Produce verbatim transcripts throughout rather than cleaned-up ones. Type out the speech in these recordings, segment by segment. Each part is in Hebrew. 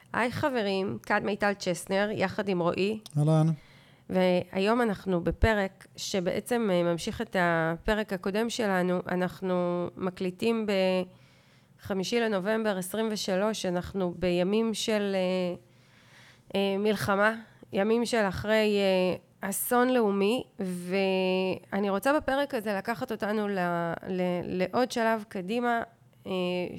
היי חברים, כאן מיטל צ'סנר, יחד עם רועי. אהלן. והיום אנחנו בפרק שבעצם ממשיך את הפרק הקודם שלנו. אנחנו מקליטים בחמישי לנובמבר עשרים ושלוש, אנחנו בימים של אה, אה, מלחמה, ימים של אחרי אה, אסון לאומי, ואני רוצה בפרק הזה לקחת אותנו ל, ל, לעוד שלב קדימה, אה,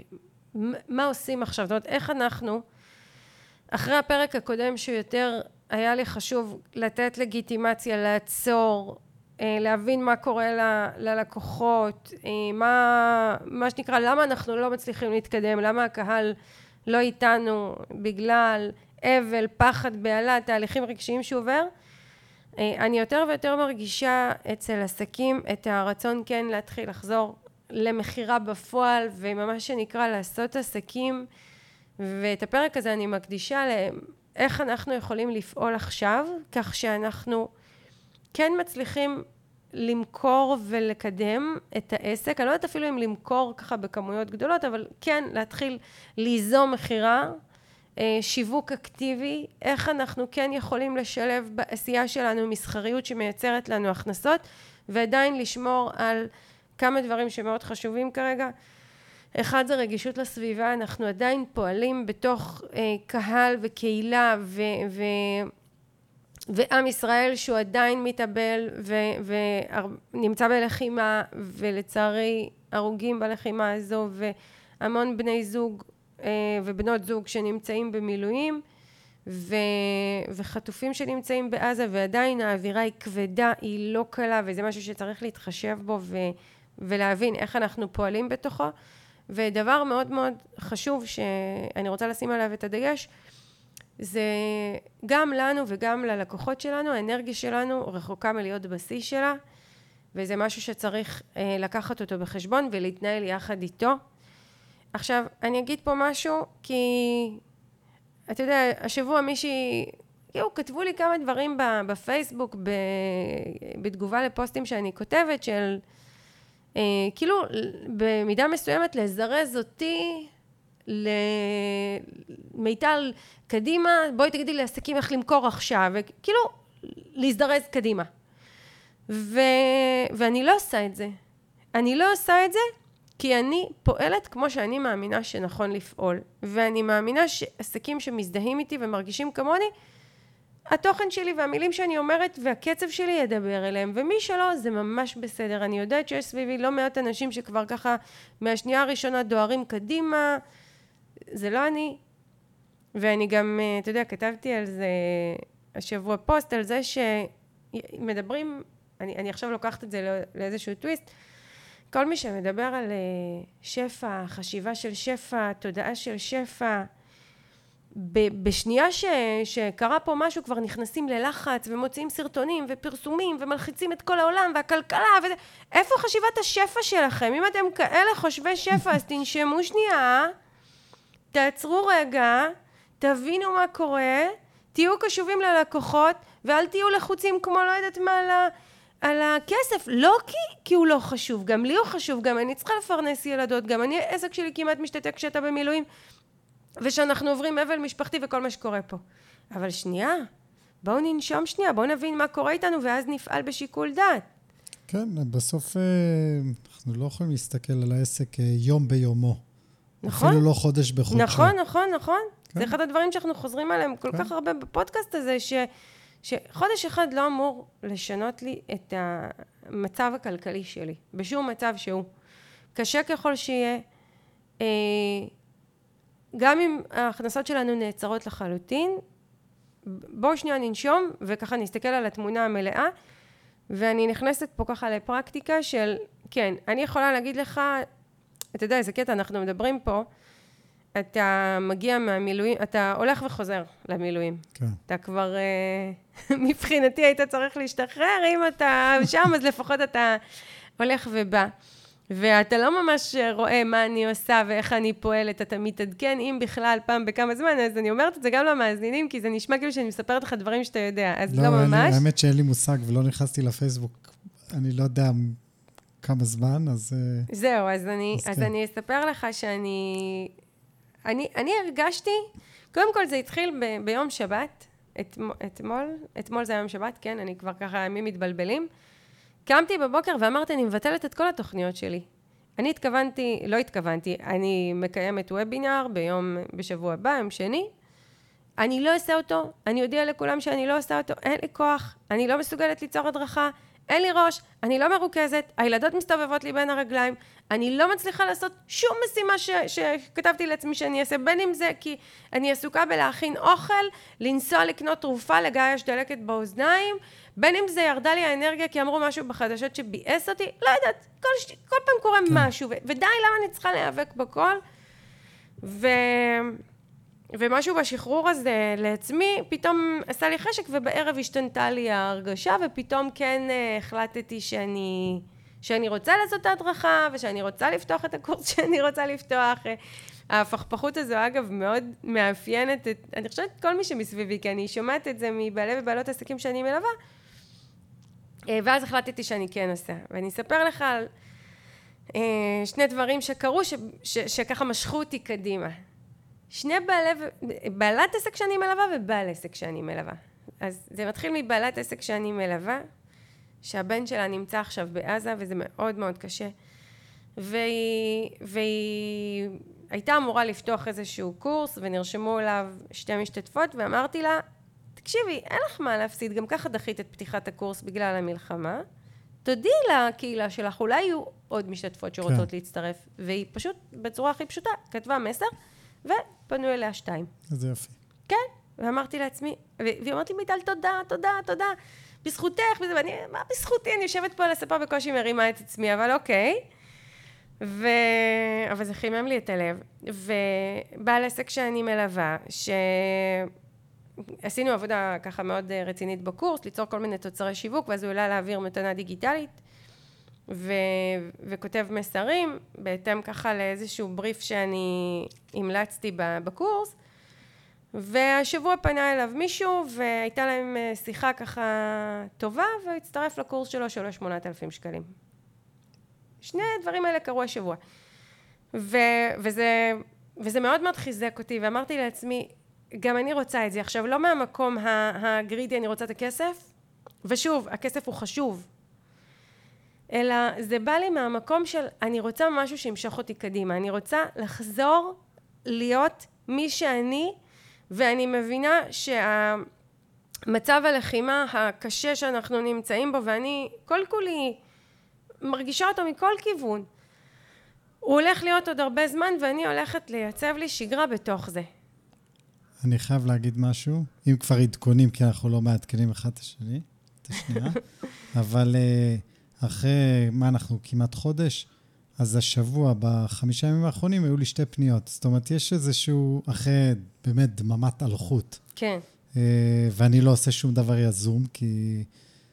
מה עושים עכשיו, זאת אומרת, איך אנחנו, אחרי הפרק הקודם שיותר היה לי חשוב לתת לגיטימציה, לעצור, להבין מה קורה ל, ללקוחות, מה, מה שנקרא, למה אנחנו לא מצליחים להתקדם, למה הקהל לא איתנו, בגלל אבל, פחד, בעלה, תהליכים רגשיים שעובר. אני יותר ויותר מרגישה אצל עסקים את הרצון כן להתחיל לחזור למחירה בפועל, וממש שנקרא לעשות עסקים, ואת הפרק הזה אני מקדישה לאיך אנחנו יכולים לפעול עכשיו, כך שאנחנו כן מצליחים למכור ולקדם את העסק. אני לא יודעת אפילו אם למכור ככה בכמויות גדולות, אבל כן להתחיל ליזום מחירה, שיווק אקטיבי, איך אנחנו כן יכולים לשלב בעשייה שלנו מסחריות שמייצרת לנו הכנסות, ועדיין לשמור על כמה דברים שמאוד חשובים כרגע. אחד זה רגישות לסביבה, אנחנו עדיין פועלים בתוך אה, קהל וקהילה ו, ו, ועם ישראל שהוא עדיין מתאבל ו, ונמצא בלחימה, ולצערי הרוגים בלחימה הזו, והמון בני זוג אה, ובנות זוג שנמצאים במילואים, ו, וחטופים שנמצאים בעזה, ועדיין האווירה היא כבדה, היא לא קלה, וזה משהו שצריך להתחשב בו ו, ולהבין איך אנחנו פועלים בתוכו. ודבר מאוד מאוד חשוב שאני רוצה לשים עליו את הדגש, זה גם לנו וגם ללקוחות שלנו, האנרגיה שלנו רחוקה מלהיות בשיא שלה, וזה משהו שצריך אה, לקחת אותו בחשבון ולהתנהל יחד איתו. עכשיו, אני אגיד פה משהו, כי אתה יודע, השבוע מישהי, יו, כתבו לי כמה דברים בפייסבוק, ב, בתגובה לפוסטים שאני כותבת, של Uh, כאילו במידה מסוימת לזרז אותי למיטל קדימה, בואי תגידי לי עסקים איך למכור עכשיו, וכאילו להזדרז קדימה. ו... ואני לא עושה את זה. אני לא עושה את זה כי אני פועלת כמו שאני מאמינה שנכון לפעול. ואני מאמינה שעסקים שמזדהים איתי ומרגישים כמוני, התוכן שלי והמילים שאני אומרת והקצב שלי ידבר אליהם, ומי שלא זה ממש בסדר. אני יודעת שיש סביבי לא מעט אנשים שכבר ככה מהשנייה הראשונה דוהרים קדימה, זה לא אני. ואני גם, אתה יודע, כתבתי על זה השבוע פוסט, על זה שמדברים, אני, אני עכשיו לוקחת את זה לאיזשהו טוויסט, כל מי שמדבר על שפע, חשיבה של שפע, תודעה של שפע, בשנייה ש, שקרה פה משהו כבר נכנסים ללחץ ומוציאים סרטונים ופרסומים ומלחיצים את כל העולם והכלכלה וזה. איפה חשיבת השפע שלכם? אם אתם כאלה חושבי שפע, אז תנשמו שנייה, תעצרו רגע, תבינו מה קורה, תהיו קשובים ללקוחות, ואל תהיו לחוצים כמו לא יודעת מה על, ה, על הכסף. לא כי, כי הוא לא חשוב, גם לי הוא חשוב, גם אני צריכה לפרנס ילדות, גם אני, העסק שלי כמעט משתתק כשאתה במילואים, ושאנחנו עוברים אבל משפחתי וכל מה שקורה פה. אבל שנייה, בואו ננשום שנייה, בואו נבין מה קורה איתנו, ואז נפעל בשיקול דעת. כן, בסוף אנחנו לא יכולים להסתכל על העסק יום ביומו. נכון. אפילו לא חודש בחודשו. נכון, נכון, נכון. כן. זה אחד הדברים שאנחנו חוזרים עליהם כל כן. כך הרבה בפודקאסט הזה, ש, שחודש אחד לא אמור לשנות לי את המצב הכלכלי שלי, בשום מצב שהוא. קשה ככל שיהיה, אה, גם אם ההכנסות שלנו נעצרות לחלוטין, בואו שנייה ננשום, וככה נסתכל על התמונה המלאה, ואני נכנסת פה ככה לפרקטיקה של, כן, אני יכולה להגיד לך, אתה יודע, איזה קטע, אנחנו מדברים פה, אתה מגיע מהמילואים, אתה הולך וחוזר למילואים. כן. אתה כבר, מבחינתי היית צריך להשתחרר, אם אתה שם, אז לפחות אתה הולך ובא. ואתה לא ממש רואה מה אני עושה ואיך אני פועלת, אתה מתעדכן אם בכלל פעם בכמה זמן, אז אני אומרת את זה גם למאזינים, כי זה נשמע כאילו שאני מספרת לך דברים שאתה יודע, אז לא, לא ממש. האמת שאין לי מושג ולא נכנסתי לפייסבוק, אני לא יודע כמה זמן, אז... זהו, אז אני, אז אז כן. אני אספר לך שאני, אני, אני הרגשתי קודם כל זה התחיל ב- ביום שבת, את, אתמול, אתמול זה היום שבת, כן, אני כבר ככה ימים מתבלבלים. קמתי בבוקר ואמרתי, אני מבטלת את כל התוכניות שלי. אני התכוונתי, לא התכוונתי, אני מקיימת וובינר ביום, בשבוע הבא, יום שני. אני לא אעשה אותו, אני יודיע לכולם שאני לא עושה אותו, אין לי כוח, אני לא מסוגלת ליצור הדרכה, אין לי ראש, אני לא מרוכזת, הילדות מסתובבות לי בין הרגליים, אני לא מצליחה לעשות שום משימה ש- שכתבתי לעצמי שאני אעשה, בין אם זה כי אני עסוקה בלהכין אוכל, לנסוע לקנות תרופה, לגיא יש דלקת באוזניים, בין אם זה ירדה לי האנרגיה כי אמרו משהו בחדשות שביאס אותי, לא יודעת, כל, ש... כל פעם קורה כן. משהו, ו... ודי למה אני צריכה להיאבק בכל, ו... ומשהו בשחרור הזה לעצמי, פתאום עשה לי חשק, ובערב השתנתה לי ההרגשה, ופתאום כן החלטתי שאני, שאני רוצה לעשות את ההדרכה, ושאני רוצה לפתוח את הקורס שאני רוצה לפתוח. ההפכפכות הזו, אגב, מאוד מאפיינת את, אני חושבת כל מי שמסביבי, כי אני שומעת את זה מבעלי ובעלות עסקים שאני מלווה, ואז החלטתי שאני כן עושה. ואני אספר לך על שני דברים שקרו, ש, ש, שככה משכו אותי קדימה. שני בעלי, בעלת עסק שאני מלווה ובעל עסק שאני מלווה. אז זה מתחיל מבעלת עסק שאני מלווה, שהבן שלה נמצא עכשיו בעזה, וזה מאוד מאוד קשה. והיא, והיא הייתה אמורה לפתוח איזשהו קורס, ונרשמו אליו שתי משתתפות, ואמרתי לה, תקשיבי, אין לך מה להפסיד, גם ככה דחית את פתיחת הקורס בגלל המלחמה, תודיעי לקהילה שלך, אולי יהיו עוד משתתפות שרוצות כן. להצטרף, והיא פשוט, בצורה הכי פשוטה, כתבה מסר, ופנו אליה שתיים. זה יופי. כן, ואמרתי לעצמי, והיא אמרתי, מיטל, תודה, תודה, תודה, בזכותך, וזה, ואני, מה בזכותי? אני יושבת פה על הספה בקושי מרימה את עצמי, אבל אוקיי. ו... אבל זה חימם לי את הלב. ובעל עסק שאני מלווה, שעשינו עבודה ככה מאוד רצינית בקורס, ליצור כל מיני תוצרי שיווק, ואז הוא עולה להעביר מתנה דיגיטלית, ו... וכותב מסרים, בהתאם ככה לאיזשהו בריף שאני המלצתי בקורס, והשבוע פנה אליו מישהו, והייתה להם שיחה ככה טובה, והצטרף לקורס שלו שעולה שמונת אלפים שקלים. שני הדברים האלה קרו השבוע. ו... וזה... וזה מאוד מאוד חיזק אותי, ואמרתי לעצמי, גם אני רוצה את זה. עכשיו, לא מהמקום הגרידי, אני רוצה את הכסף, ושוב, הכסף הוא חשוב, אלא זה בא לי מהמקום של, אני רוצה משהו שימשוך אותי קדימה, אני רוצה לחזור להיות מי שאני, ואני מבינה שהמצב הלחימה הקשה שאנחנו נמצאים בו, ואני כל כולי מרגישה אותו מכל כיוון, הוא הולך להיות עוד הרבה זמן, ואני הולכת לייצב לי שגרה בתוך זה. אני חייב להגיד משהו, אם כבר עדכונים, כי אנחנו לא מעדכנים אחד את השני, את השנייה, אבל אחרי מה אנחנו כמעט חודש, אז השבוע, בחמישה ימים האחרונים, היו לי שתי פניות. זאת אומרת, יש איזשהו, אחרי באמת דממת אלחוט. כן. ואני לא עושה שום דבר יזום, כי...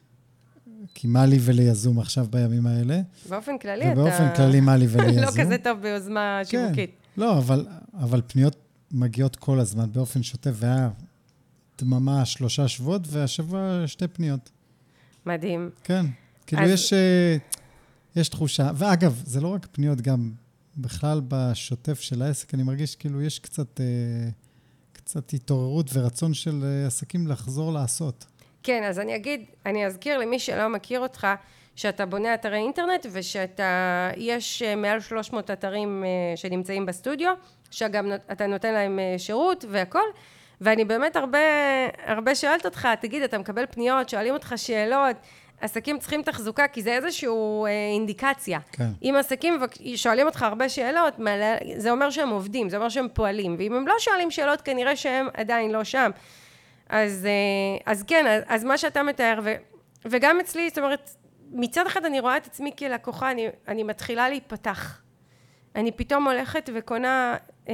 כי מה לי וליזום עכשיו בימים האלה. באופן כללי אתה... ובאופן כללי מה לי וליזום. לא כזה טוב ביוזמה שיווקית. כן, לא, אבל, אבל פניות מגיעות כל הזמן, באופן שוטף, והיה דממה שלושה שבועות, והשבוע שתי פניות. מדהים. כן, כאילו אז... יש, יש תחושה, ואגב, זה לא רק פניות, גם בכלל בשוטף של העסק, אני מרגיש כאילו יש קצת, קצת התעוררות ורצון של עסקים לחזור לעשות. כן, אז אני אגיד, אני אזכיר למי שלא מכיר אותך, שאתה בונה אתרי אינטרנט, ושאתה, יש מעל שלוש מאות אתרים שנמצאים בסטודיו, שגם אתה נותן להם שירות והכל, ואני באמת הרבה, הרבה שואלת אותך, תגיד, אתה מקבל פניות, שואלים אותך שאלות, עסקים צריכים תחזוקה, כי זה איזשהו אינדיקציה. כן. אם עסקים שואלים אותך הרבה שאלות, זה אומר שהם עובדים, זה אומר שהם פועלים, ואם הם לא שואלים שאלות, כנראה שהם עדיין לא שם. אז, אז כן, אז מה שאתה מתאר, ו, וגם אצלי, זאת אומרת, מצד אחד אני רואה את עצמי כלקוחה, אני, אני מתחילה להיפתח. אני פתאום הולכת וקונה, אה, אה,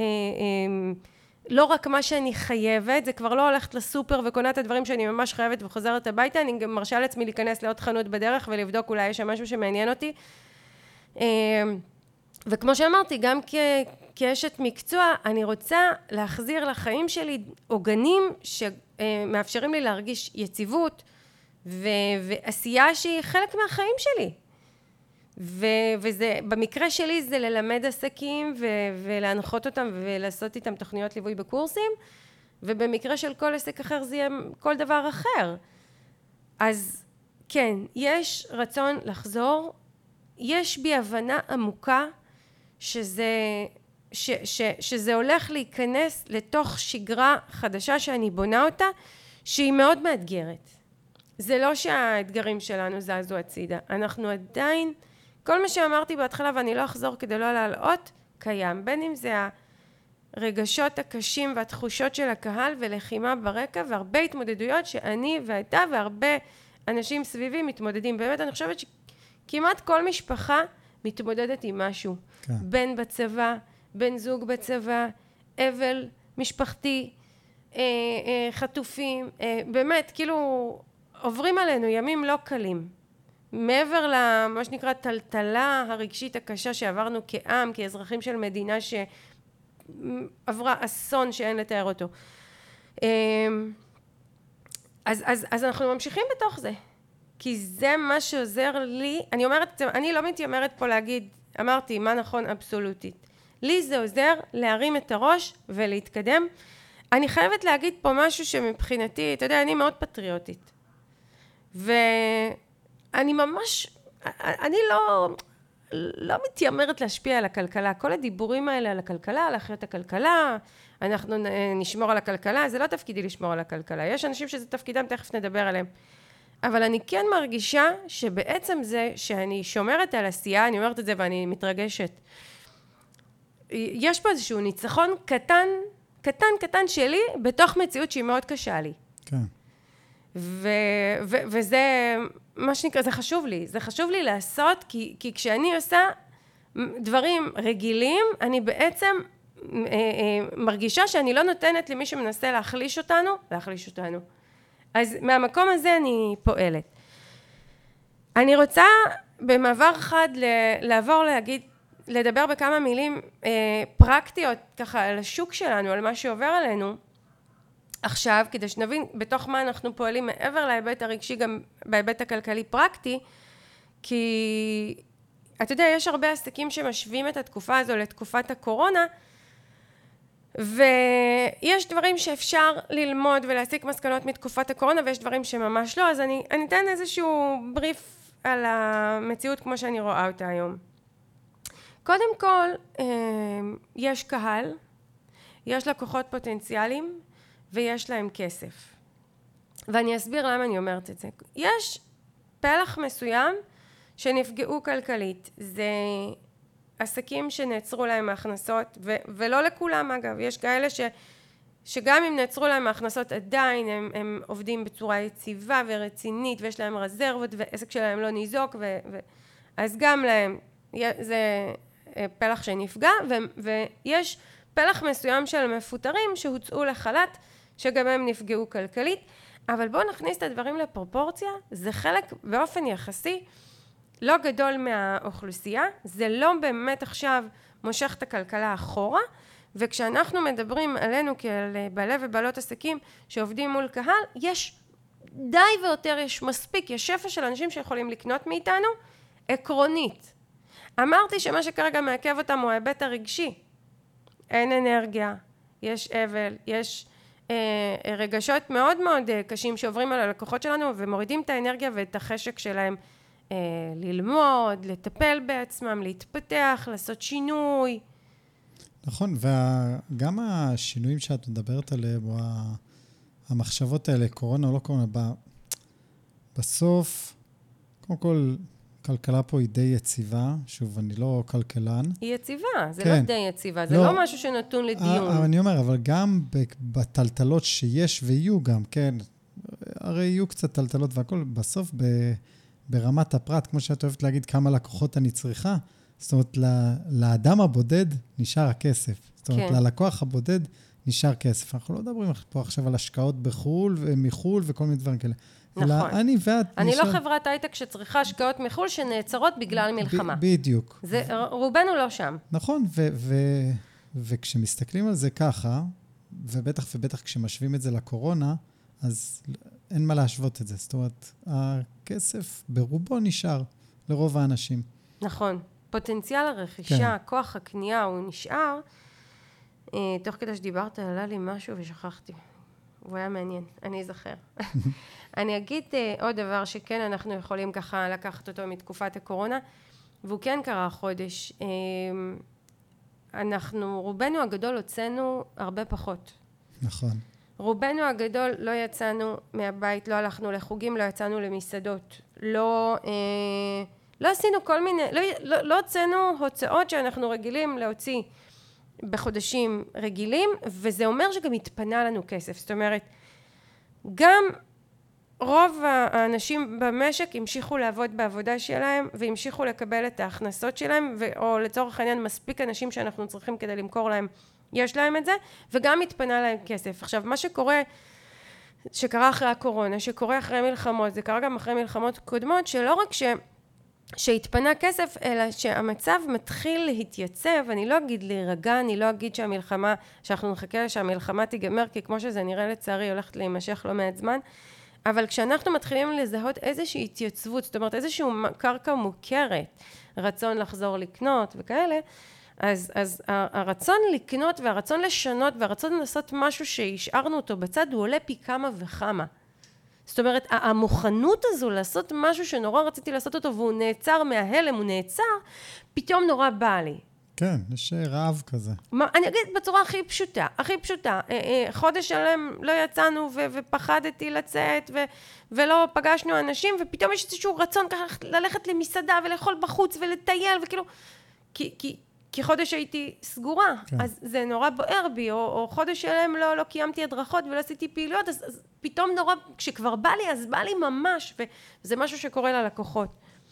לא רק מה שאני חייבת, זה כבר לא הולכת לסופר וקונה את הדברים שאני ממש חייבת וחוזרת הביתה, אני גם מרשה לעצמי להיכנס לעוד חנות בדרך ולבדוק אולי יש שם משהו שמעניין אותי. אה, וכמו שאמרתי, גם כ... כאשת מקצוע, אני רוצה להחזיר לחיים שלי עוגנים שמאפשרים לי להרגיש יציבות ו... ועשייה שהיא חלק מהחיים שלי. ו... וזה, במקרה שלי זה ללמד עסקים ו... ולהנחות אותם ולעשות איתם תוכניות ליווי בקורסים, ובמקרה של כל עסק אחר זה יהיה כל דבר אחר. אז כן, יש רצון לחזור, יש בי הבנה עמוקה שזה, ש, ש, שזה הולך להיכנס לתוך שגרה חדשה שאני בונה אותה, שהיא מאוד מאתגרת. זה לא שהאתגרים שלנו זזו הצידה, אנחנו עדיין, כל מה שאמרתי בהתחלה ואני לא אחזור כדי לא להלאות, קיים, בין אם זה הרגשות הקשים והתחושות של הקהל ולחימה ברקע והרבה התמודדויות שאני ואתה והרבה אנשים סביבי מתמודדים. באמת אני חושבת שכמעט כל משפחה מתמודדת עם משהו. כן. בן בצבא, בן זוג בצבא, אבל משפחתי, אה, אה, חטופים, אה, באמת כאילו עוברים עלינו ימים לא קלים. מעבר למה שנקרא טלטלה הרגשית הקשה שעברנו כעם, כאזרחים של מדינה שעברה אסון שאין לתאר אותו. אז, אז, אז אנחנו ממשיכים בתוך זה, כי זה מה שעוזר לי. אני אומרת, אני לא מתיימרת פה להגיד, אמרתי מה נכון אבסולוטית. לי זה עוזר להרים את הראש ולהתקדם. אני חייבת להגיד פה משהו שמבחינתי, אתה יודע, אני מאוד פטריוטית. ואני ממש, אני לא, לא מתיימרת להשפיע על הכלכלה. כל הדיבורים האלה על הכלכלה, על אחריות הכלכלה, אנחנו נשמור על הכלכלה, זה לא תפקידי לשמור על הכלכלה. יש אנשים שזה תפקידם, תכף נדבר עליהם. אבל אני כן מרגישה שבעצם זה שאני שומרת על עשייה, אני אומרת את זה ואני מתרגשת. יש פה איזשהו ניצחון קטן, קטן, קטן שלי, בתוך מציאות שהיא מאוד קשה לי. כן. ו- ו- וזה, מה שנקרא, זה חשוב לי. זה חשוב לי לעשות, כי, כי כשאני עושה דברים רגילים, אני בעצם מרגישה שאני לא נותנת למי שמנסה להחליש אותנו, להחליש אותנו. אז מהמקום הזה אני פועלת. אני רוצה במעבר אחד לעבור להגיד, לדבר בכמה מילים אה, פרקטיות ככה על השוק שלנו, על מה שעובר עלינו עכשיו, כדי שנבין בתוך מה אנחנו פועלים מעבר להיבט הרגשי, גם בהיבט הכלכלי פרקטי, כי אתה יודע, יש הרבה עסקים שמשווים את התקופה הזו לתקופת הקורונה, ויש דברים שאפשר ללמוד ולהסיק מסקנות מתקופת הקורונה, ויש דברים שממש לא, אז אני, אני אתן איזשהו בריף על המציאות כמו שאני רואה אותה היום. קודם כל, יש קהל, יש לקוחות פוטנציאליים, ויש להם כסף. ואני אסביר למה אני אומרת את זה. יש פלח מסוים שנפגעו כלכלית. זה עסקים שנעצרו להם ההכנסות, ו- ולא לכולם אגב. יש כאלה ש- שגם אם נעצרו להם ההכנסות עדיין, הם, הם עובדים בצורה יציבה ורצינית, ויש להם רזרבות, ועסק שלהם לא ניזוק, ו- ו- אז גם להם, זה פלח שנפגע, ו- ויש פלח מסוים של מפוטרים שהוצאו לחל"ת, שגם הם נפגעו כלכלית. אבל בואו נכניס את הדברים לפרופורציה, זה חלק באופן יחסי לא גדול מהאוכלוסייה, זה לא באמת עכשיו מושך את הכלכלה אחורה, וכשאנחנו מדברים עלינו כעל בעלי ובעלות עסקים שעובדים מול קהל, יש די ויותר, יש מספיק, יש שפע של אנשים שיכולים לקנות מאיתנו, עקרונית. אמרתי שמה שכרגע מעכב אותם הוא ההיבט הרגשי. אין אנרגיה, יש אבל, יש אה, רגשות מאוד מאוד קשים שעוברים על הלקוחות שלנו ומורידים את האנרגיה ואת החשק שלהם אה, ללמוד, לטפל בעצמם, להתפתח, לעשות שינוי. נכון, וגם השינויים שאת מדברת עליהם, או המחשבות האלה, קורונה או לא קורונה, בסוף, קודם כל, כלכלה פה היא די יציבה, שוב, אני לא כלכלן. היא יציבה, זה כן. לא די יציבה, זה לא, לא משהו שנתון לדיון. אבל אני אומר, אבל גם בטלטלות שיש ויהיו גם, כן, הרי יהיו קצת טלטלות והכל, בסוף ב, ברמת הפרט, כמו שאת אוהבת להגיד, כמה לקוחות אני צריכה, זאת אומרת, לאדם הבודד נשאר הכסף. זאת אומרת, כן. ללקוח הבודד נשאר כסף. אנחנו לא מדברים פה עכשיו על השקעות בחול ומחול וכל מיני דברים כאלה. נכון. אלא אני ואת אני נשאר... לא חברת הייטק שצריכה השקעות מחול שנעצרות בגלל מלחמה. ב- בדיוק. זה, רובנו לא שם. נכון, ו- ו- וכשמסתכלים על זה ככה, ובטח ובטח כשמשווים את זה לקורונה, אז אין מה להשוות את זה. זאת אומרת, הכסף ברובו נשאר לרוב האנשים. נכון. פוטנציאל הרכישה, כן. כוח הקנייה הוא נשאר. תוך כדי שדיברת, עלה לי משהו ושכחתי. הוא היה מעניין, אני אזכר. אני אגיד עוד דבר שכן אנחנו יכולים ככה לקחת אותו מתקופת הקורונה, והוא כן קרה חודש. אנחנו, רובנו הגדול הוצאנו הרבה פחות. נכון. רובנו הגדול לא יצאנו מהבית, לא הלכנו לחוגים, לא יצאנו למסעדות, לא, אה, לא עשינו כל מיני, לא, לא, לא הוצאנו הוצאות שאנחנו רגילים להוציא בחודשים רגילים, וזה אומר שגם התפנה לנו כסף. זאת אומרת, גם רוב האנשים במשק המשיכו לעבוד בעבודה שלהם, והמשיכו לקבל את ההכנסות שלהם, או לצורך העניין מספיק אנשים שאנחנו צריכים כדי למכור להם, יש להם את זה, וגם התפנה להם כסף. עכשיו, מה שקורה, שקרה אחרי הקורונה, שקורה אחרי מלחמות, זה קרה גם אחרי מלחמות קודמות, שלא רק ש... שהתפנה כסף, אלא שהמצב מתחיל להתייצב. אני לא אגיד להירגע, אני לא אגיד שהמלחמה, שאנחנו נחכה שהמלחמה תיגמר, כי כמו שזה נראה לצערי, הולכת להימשך לא מעט זמן, אבל כשאנחנו מתחילים לזהות איזושהי התייצבות, זאת אומרת איזושהי קרקע מוכרת, רצון לחזור לקנות וכאלה, אז, אז הרצון לקנות והרצון לשנות והרצון לנסות משהו שהשארנו אותו בצד, הוא עולה פי כמה וכמה. זאת אומרת, המוכנות הזו לעשות משהו שנורא רציתי לעשות אותו, והוא נעצר מההלם, הוא נעצר, פתאום נורא בא לי. כן, יש רעב כזה. מה, אני אגיד בצורה הכי פשוטה, הכי פשוטה. חודש שלם לא יצאנו ו- ופחדתי לצאת, ו- ולא פגשנו אנשים, ופתאום יש איזשהו רצון ככה ללכת למסעדה ולאכול בחוץ ולטייל, וכאילו, כי... כי כי חודש הייתי סגורה, כן. אז זה נורא בוער בי, או, או חודש שלם לא, לא קיימתי הדרכות ולא עשיתי פעילויות, אז, אז פתאום נורא, כשכבר בא לי, אז בא לי ממש, וזה משהו שקורה ללקוחות.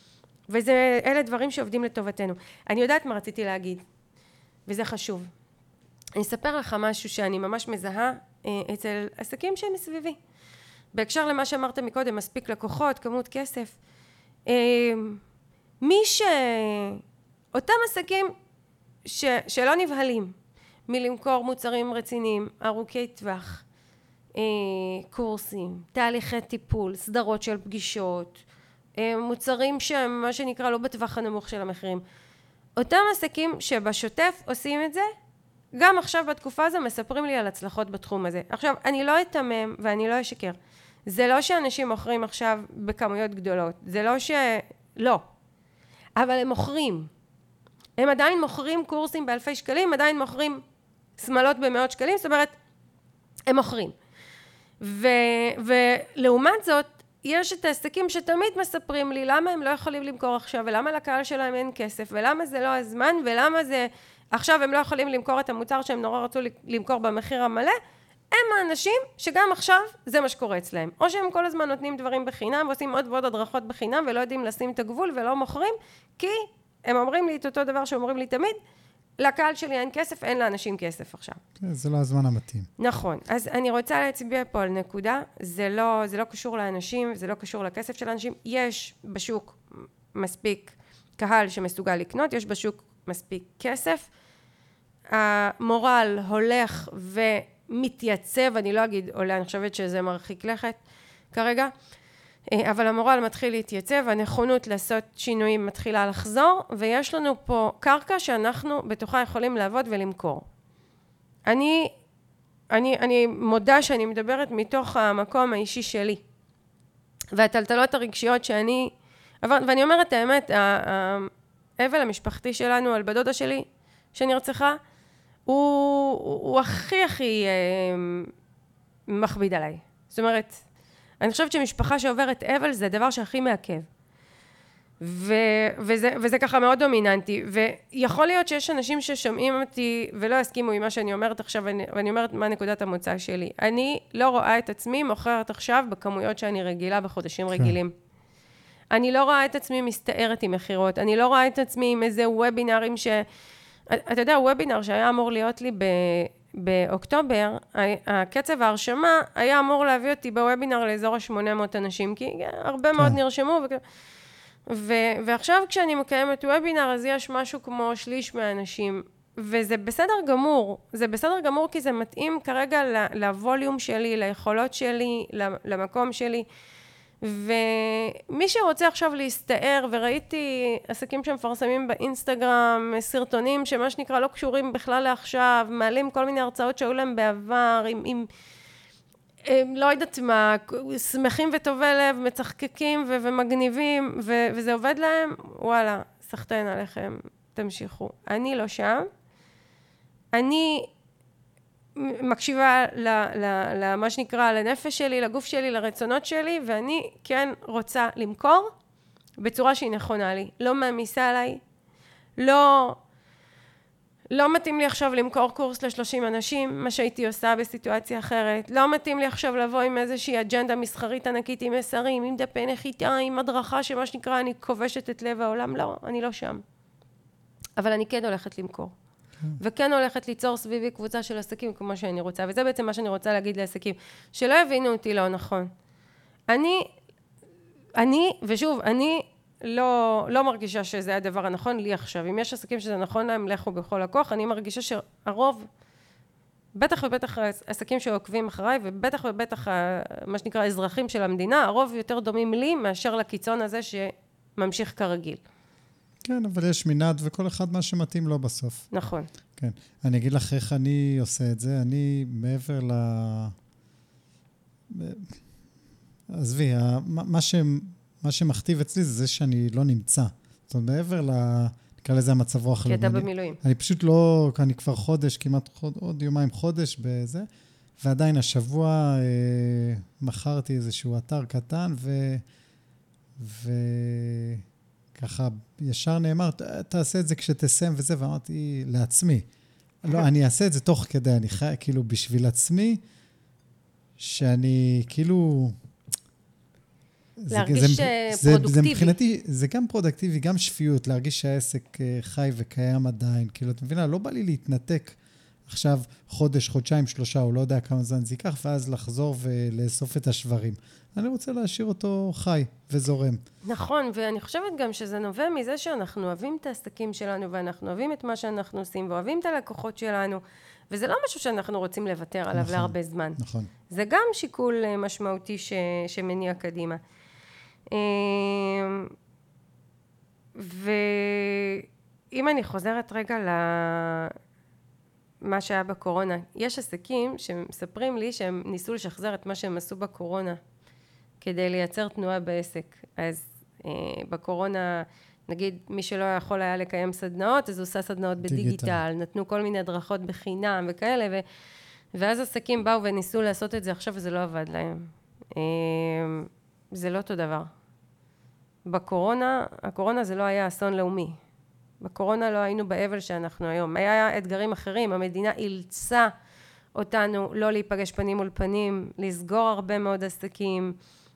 וזה, אלה דברים שעובדים לטובתנו. אני יודעת מה רציתי להגיד, וזה חשוב. אני אספר לך משהו שאני ממש מזהה אה, אצל עסקים שהם מסביבי. בהקשר למה שאמרת מקודם, מספיק לקוחות, כמות כסף. אה, מי ש... אותם עסקים ש, שלא נבהלים מלמכור מוצרים רציניים, ארוכי טווח, אה, קורסים, תהליכי טיפול, סדרות של פגישות, אה, מוצרים שהם מה שנקרא לא בטווח הנמוך של המחירים. אותם עסקים שבשוטף עושים את זה, גם עכשיו בתקופה הזו מספרים לי על הצלחות בתחום הזה. עכשיו, אני לא אתמם ואני לא אשקר. זה לא שאנשים מוכרים עכשיו בכמויות גדולות. זה לא ש... לא. אבל הם מוכרים. הם עדיין מוכרים קורסים באלפי שקלים, עדיין מוכרים שמלות במאות שקלים, זאת אומרת, הם מוכרים. ו, ולעומת זאת, יש את העסקים שתמיד מספרים לי למה הם לא יכולים למכור עכשיו, ולמה לקהל שלהם אין כסף, ולמה זה לא הזמן, ולמה זה, עכשיו הם לא יכולים למכור את המוצר שהם נורא רצו למכור במחיר המלא, הם האנשים שגם עכשיו זה מה שקורה אצלהם. או שהם כל הזמן נותנים דברים בחינם, ועושים עוד ועוד הדרכות בחינם, ולא יודעים לשים את הגבול, ולא מוכרים, כי הם אומרים לי את אותו דבר שאומרים לי תמיד, לקהל שלי אין כסף, אין לאנשים כסף עכשיו. כן, זה לא הזמן המתאים. נכון. אז אני רוצה להצביע פה על נקודה, זה לא, זה לא קשור לאנשים, זה לא קשור לכסף של האנשים. יש בשוק מספיק קהל שמסוגל לקנות, יש בשוק מספיק כסף. המורל הולך ומתייצב, אני לא אגיד עולה, אני חושבת שזה מרחיק לכת כרגע, אבל המורל מתחיל להתייצב, הנכונות לעשות שינויים מתחילה לחזור, ויש לנו פה קרקע שאנחנו בתוכה יכולים לעבוד ולמכור. אני, אני, אני מודה שאני מדברת מתוך המקום האישי שלי, והטלטלות הרגשיות שאני, ואני אומרת את האמת, האבל המשפחתי שלנו על בדודה שלי שנרצחה, הוא, הוא הכי הכי מכביד עליי. זאת אומרת, אני חושבת שמשפחה שעוברת אבל זה הדבר שהכי מעכב. ו- וזה, וזה ככה מאוד דומיננטי. ויכול להיות שיש אנשים ששומעים אותי ולא יסכימו עם מה שאני אומרת עכשיו, ואני, ואני אומרת מה נקודת המוצא שלי. אני לא רואה את עצמי מוכרת עכשיו בכמויות שאני רגילה בחודשים כן. רגילים. אני לא רואה את עצמי מסתערת עם מחירות. אני לא רואה את עצמי עם איזה וובינרים ש... אתה יודע, וובינר שהיה אמור להיות לי ב... באוקטובר, הקצב ההרשמה היה אמור להביא אותי בוובינר לאזור ה-שמונה מאות אנשים, כי הרבה כן. מאוד נרשמו, ו... ו... ועכשיו כשאני מקיימת וובינר, אז יש משהו כמו שליש מהאנשים, וזה בסדר גמור, זה בסדר גמור כי זה מתאים כרגע לווליום שלי, ליכולות שלי, למקום שלי, ומי שרוצה עכשיו להסתער, וראיתי עסקים שמפרסמים באינסטגרם, סרטונים שמה שנקרא לא קשורים בכלל לעכשיו, מעלים כל מיני הרצאות שהיו להם בעבר, עם, עם, עם לא יודעת מה, שמחים וטובי לב, מצחקקים ו- ומגניבים, ו- וזה עובד להם, וואלה, סחטיין עליכם, תמשיכו. אני לא שם. אני מקשיבה למה שנקרא, לנפש שלי, לגוף שלי, לרצונות שלי, ואני כן רוצה למכור בצורה שהיא נכונה לי. לא מאמיסה עליי, לא, לא מתאים לי עכשיו למכור קורס ל-שלושים אנשים, מה שהייתי עושה בסיטואציה אחרת. לא מתאים לי עכשיו לבוא עם איזושהי אג'נדה מסחרית ענקית, עם מסרים, עם דפי נחיתה, עם הדרכה שמה שנקרא, אני כובשת את לב העולם. לא, אני לא שם. אבל אני כן הולכת למכור. וכן הולכת ליצור סביבי קבוצה של עסקים כמו שאני רוצה, וזה בעצם מה שאני רוצה להגיד לעסקים, שלא יבינו אותי לא נכון. אני, אני, ושוב, אני לא, לא מרגישה שזה הדבר הנכון לי עכשיו. אם יש עסקים שזה נכון להם, לכו בכל הכוח, אני מרגישה שהרוב, בטח ובטח עסקים שעוקבים אחריי, ובטח ובטח מה שנקרא אזרחים של המדינה, הרוב יותר דומים לי מאשר לקיצון הזה שממשיך כרגיל. כן, אבל יש מנעד, וכל אחד מה שמתאים לו בסוף. נכון. כן. אני אגיד לך איך אני עושה את זה. אני מעבר ל... עזבי, מה, ש... מה שמכתיב אצלי זה זה שאני לא נמצא. זאת אומרת, מעבר ל... נקרא לזה המצב רוח. כי אתה במילואים. אני פשוט לא... אני כבר חודש, כמעט חוד... עוד יומיים חודש בזה, ועדיין השבוע אה, מכרתי איזשהו אתר קטן, ו... ו... ככה ישר נאמר, תעשה את זה כשתסיים וזה, ואמרתי לעצמי, לא, אני אעשה את זה תוך כדי, אני חי, כאילו, בשביל שאני, כאילו... להרגיש זה, זה, פרודוקטיבי. זה, זה מבחינתי, זה גם פרודקטיבי, גם שפיות, להרגיש שהעסק חי וקיים עדיין, כאילו, את מבינה, לא בא לי להתנתק עכשיו חודש, חודשיים, שלושה, הוא לא יודע כמה זמן זה ייקח, ואז לחזור ולאסוף את השברים. אני רוצה להשאיר אותו חי וזורם. נכון, ואני חושבת גם שזה נובע מזה שאנחנו אוהבים את העסקים שלנו, ואנחנו אוהבים את מה שאנחנו עושים, ואוהבים את הלקוחות שלנו, וזה לא משהו שאנחנו רוצים לוותר עליו נכון, להרבה זמן. נכון. זה גם שיקול משמעותי ש, שמניע קדימה. ואם אני חוזרת רגע למה שהיה בקורונה, יש עסקים שמספרים לי שהם ניסו לשחזר את מה שהם עשו בקורונה, כדי לייצר תנועה בעסק. אז אה, בקורונה, נגיד, מי שלא יכול היה לקיים סדנאות, אז הוא עושה סדנאות בדיגיטל, נתנו כל מיני הדרכות בחינם וכאלה, ו, ואז עסקים באו וניסו לעשות את זה עכשיו, וזה לא עבד להם. אה, זה לא אותו דבר. בקורונה, הקורונה זה לא היה אסון לאומי. בקורונה לא היינו באבל שאנחנו היום. היה אתגרים אחרים, המדינה אילצה אותנו לא להיפגש פנים מול פנים, לסגור הרבה מאוד עסקים,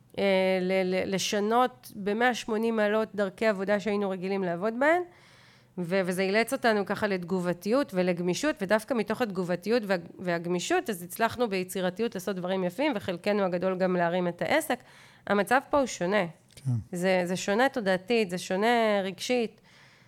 לשנות ב-מאה ושמונים מעלות דרכי עבודה שהיינו רגילים לעבוד בהן, וזה אילץ אותנו ככה לתגובתיות ולגמישות, ודווקא מתוך התגובתיות והגמישות, אז הצלחנו ביצירתיות לעשות דברים יפים, וחלקנו הגדול גם להרים את העסק. המצב פה הוא שונה. כן. זה, זה שונה תודעתית, זה שונה רגשית,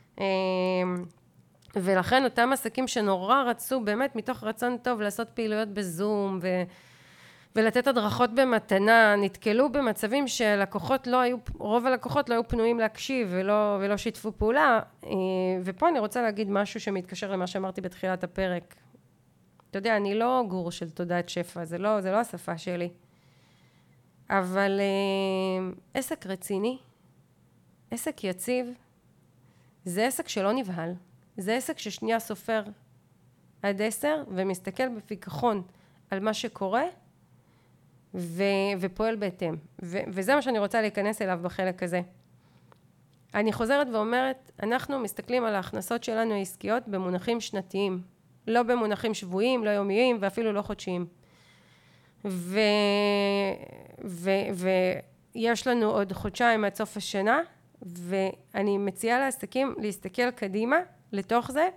ולכן אותם עסקים שנורא רצו באמת מתוך רצון טוב לעשות פעילויות בזום ו... ולתת הדרכות במתנה, נתקלו במצבים שלקוחות לא היו, רוב הלקוחות לא היו פנויים להקשיב ולא, ולא שיתפו פעולה, ופה אני רוצה להגיד משהו שמתקשר למה שאמרתי בתחילת הפרק. אתה יודע, אני לא גור של תודעת שפע, זה לא, זה לא השפה שלי. אבל עסק רציני, עסק יציב, זה עסק שלא נבהל, זה עסק ששנייה סופר עד עשר ומסתכל בפיקחון על מה שקורה, ו- ופועל בהתאם. ו- וזה מה שאני רוצה להיכנס אליו בחלק הזה. אני חוזרת ואומרת, אנחנו מסתכלים על ההכנסות שלנו העסקיות במונחים שנתיים, לא במונחים שבועיים, לא יומיים ואפילו לא חודשיים. ו- ו- ויש לנו עוד חודשיים עד סוף השנה, ואני מציעה לעסקים להסתכל קדימה לתוך זה,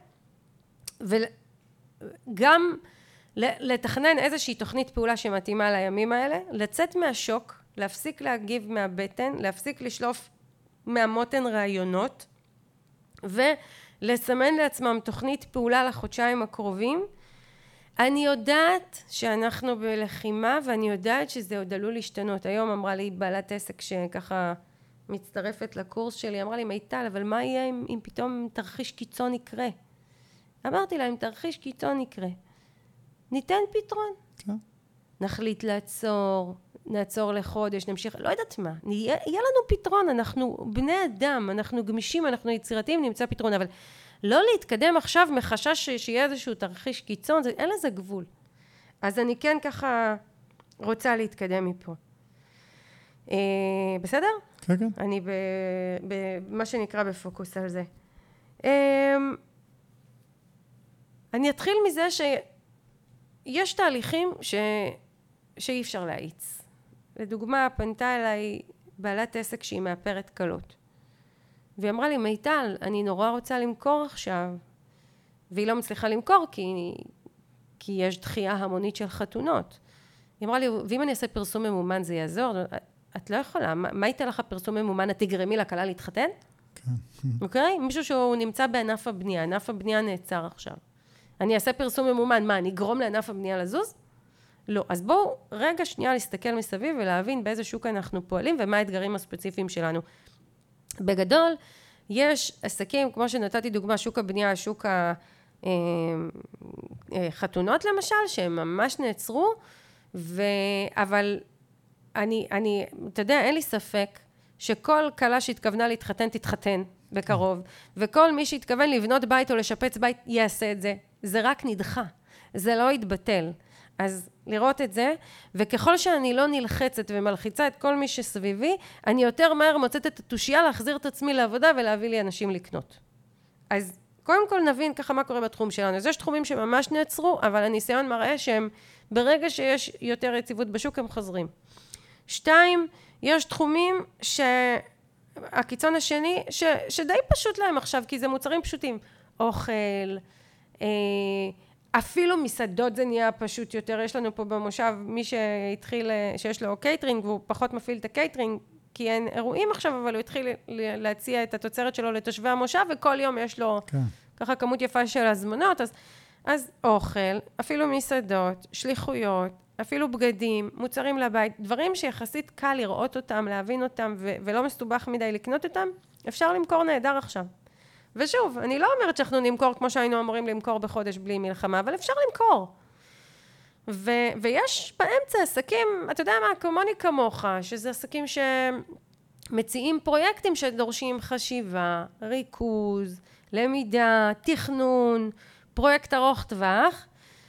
וגם לתכנן איזושהי תוכנית פעולה שמתאימה לימים האלה, לצאת מהשוק, להפסיק להגיב מהבטן, להפסיק לשלוף מהמותן רעיונות, ולסמן לעצמם תוכנית פעולה לחודשיים הקרובים, אני יודעת שאנחנו בלחימה, ואני יודעת שזה עוד עלול להשתנות. היום אמרה לי בעלת עסק שככה מצטרפת לקורס שלי, אמרה לי, מיטל, אבל מה יהיה אם, אם פתאום תרחיש קיצון יקרה? אמרתי לה, אם תרחיש קיצון יקרה, ניתן פתרון. כן. נחליט לעצור, נעצור לחודש, נמשיך, לא יודעת מה, יהיה, יהיה לנו פתרון, אנחנו בני אדם, אנחנו גמישים, אנחנו יצירתיים, נמצא פתרון, אבל לא להתקדם עכשיו מחשש שיהיה איזשהו תרחיש קיצון, זה, אין לזה גבול. אז אני כן ככה רוצה להתקדם מפה. אה, בסדר? כן, כן. אני במה שנקרא בפוקוס על זה. אה, אני אתחיל מזה שיש תהליכים ש... שאי אפשר להאיץ. לדוגמה, פנתה אליי בעלת עסק שהיא מאפרת קלות. והיא אמרה לי, מיטל, אני נורא רוצה למכור עכשיו. והיא לא מצליחה למכור כי, כי יש דחייה המונית של חתונות. היא אמרה לי, ואם אני אעשה פרסום ממומן זה יעזור? את לא יכולה. מה, מה ייתן לך פרסום ממומן? את תגרמי לכלה להתחתן? כן. אוקיי? מישהו שהוא נמצא בענף הבנייה. ענף הבנייה נעצר עכשיו. אני אעשה פרסום ממומן. מה, אני אגרום לענף הבנייה לזוז? לא. אז בואו רגע שנייה להסתכל מסביב ולהבין באיזה שוק אנחנו פועלים ומה האתגרים הספציפיים שלנו. בגדול, יש עסקים, כמו שנתתי דוגמה, שוק הבנייה, שוק החתונות למשל, שהם ממש נעצרו, ו... אבל אני, אני, אתה יודע, אין לי ספק שכל כלה שהתכוונה להתחתן, תתחתן בקרוב, וכל מי שהתכוון לבנות בית או לשפץ בית, יעשה את זה. זה רק נדחה, זה לא יתבטל. אז לראות את זה, וככל שאני לא נלחצת ומלחיצה את כל מי שסביבי, אני יותר מהר מוצאת את התושייה להחזיר את עצמי לעבודה ולהביא לי אנשים לקנות. אז קודם כל נבין ככה מה קורה בתחום שלנו. אז יש תחומים שממש נעצרו, אבל הניסיון מראה שהם ברגע שיש יותר יציבות בשוק הם חוזרים. שתיים, יש תחומים שהקיצון השני, ש... שדי פשוט להם עכשיו, כי זה מוצרים פשוטים. אוכל, אה... אפילו מסעדות זה נהיה פשוט יותר. יש לנו פה במושב מי שהתחיל, שיש לו קייטרינג, והוא פחות מפעיל את הקייטרינג, כי אין אירועים עכשיו, אבל הוא התחיל להציע את התוצרת שלו לתושבי המושב, וכל יום יש לו כן. ככה כמות יפה של הזמנות. אז, אז אוכל, אפילו מסעדות, שליחויות, אפילו בגדים, מוצרים לבית, דברים שיחסית קל לראות אותם, להבין אותם, ו- ולא מסתובך מדי לקנות אותם, אפשר למכור נהדר עכשיו. ושוב, אני לא אומרת שאנחנו נמכור כמו שהיינו אמורים למכור בחודש בלי מלחמה, אבל אפשר למכור. ו- ויש באמצע עסקים, אתה יודע מה, כמוני כמוך, שזה עסקים שמציעים פרויקטים שדורשים חשיבה, ריכוז, למידה, תכנון, פרויקט ארוך טווח,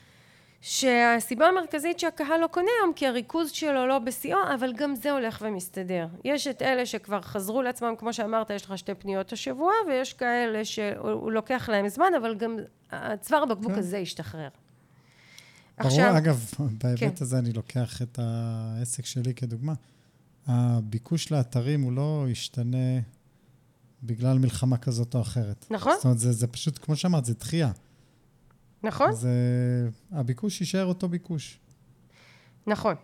שהסיבה המרכזית שהקהל לא קונה היום, כי הריכוז שלו לא בשיאו, אבל גם זה הולך ומסתדר. יש את אלה שכבר חזרו לעצמם, כמו שאמרת, יש לך שתי פניות השבוע, ויש כאלה שהוא לוקח להם זמן, אבל גם הצוואר הבקבוק כן. הזה ישתחרר. ברור, עכשיו, אגב, בהיבט כן. הזה אני לוקח את העסק שלי כדוגמה. הביקוש לאתרים הוא לא ישתנה בגלל מלחמה כזאת או אחרת. נכון. זאת אומרת, זה, זה פשוט, כמו שאמרת, זה דחייה. נכון. אז הביקוש יישאר אותו ביקוש. נכון.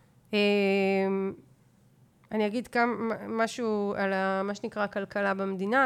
אני אגיד כמה משהו על מה שנקרא הכלכלה במדינה.